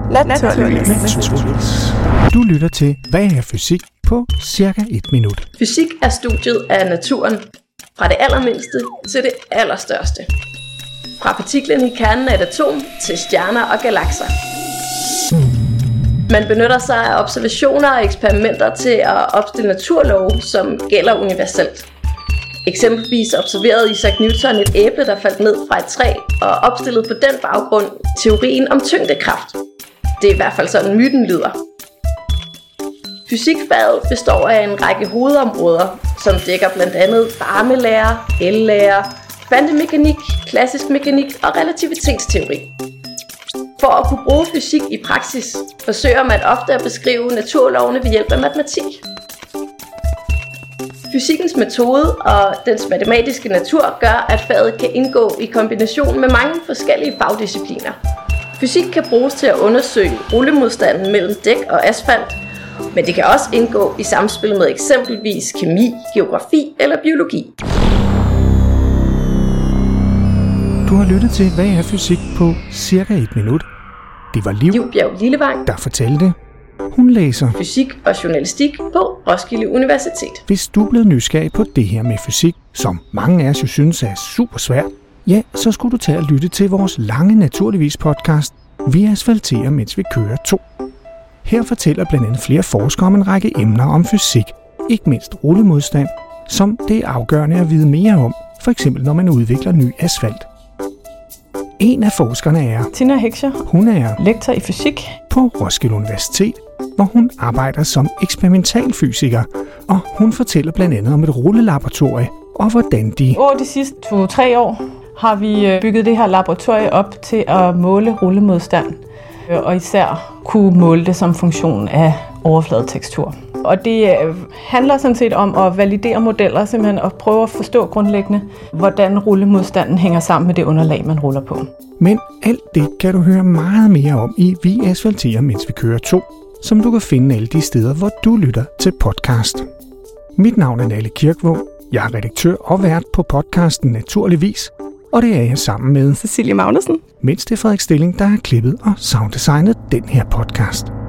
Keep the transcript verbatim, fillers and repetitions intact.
Naturligvis. Naturligvis. Du lytter til Hvad er fysik på cirka et minut. Fysik er studiet af naturen, fra det allermindste til det allerstørste. Fra partiklen i kernen af et atom til stjerner og galakser. Man benytter sig af observationer og eksperimenter til at opstille naturlove, som gælder universelt. Eksempelvis observerede Isaac Newton et æble, der faldt ned fra et træ, og opstillede på den baggrund teorien om tyngdekraft. Det er i hvert fald sådan myten lyder. Fysikfaget består af en række hovedområder, som dækker blandt andet varmelære, ellære, kvantemekanik, klassisk mekanik og relativitetsteori. For at kunne bruge fysik i praksis, forsøger man ofte at beskrive naturlovene ved hjælp af matematik. Fysikkens metode og dens matematiske natur gør, at faget kan indgå i kombination med mange forskellige fagdiscipliner. Fysik kan bruges til at undersøge rullemodstanden mellem dæk og asfalt, men det kan også indgå i samspil med eksempelvis kemi, geografi eller biologi. Du har lyttet til Hvad er fysik på cirka et minut. Det var Liv, Liv Bjerg Lillevang, der fortalte. Hun læser fysik og journalistik på Roskilde Universitet. Hvis du er blevet nysgerrig på det her med fysik, som mange af os jo synes er super svært, ja, så skulle du tage og lytte til vores lange Naturligvis podcast, Vi asfalterer, mens vi kører to. Her fortæller blandt andet flere forskere om en række emner om fysik, ikke mindst rullemodstand, som det er afgørende at vide mere om, for eksempel når man udvikler ny asfalt. En af forskerne er Tina Heckscher. Hun er lektor i fysik på Roskilde Universitet, hvor hun arbejder som eksperimentalfysiker, og hun fortæller blandt andet om et rullelaboratorie, og hvordan de over de sidste to-tre år har vi bygget det her laboratorie op til at måle rullemodstand, og især kunne måle det som funktion af overfladetekstur. Og det handler sådan set om at validere modeller, simpelthen at prøve at forstå grundlæggende, hvordan rullemodstanden hænger sammen med det underlag, man ruller på. Men alt det kan du høre meget mere om i Vi asfalterer, mens vi kører to, som du kan finde alle de steder, hvor du lytter til podcast. Mit navn er Nalle Kirkvåg. Jeg er redaktør og vært på podcasten Naturligvis, og det er jeg sammen med Cecilie Magnussen, mens det er Frederik Stilling, der har klippet og sounddesignet den her podcast.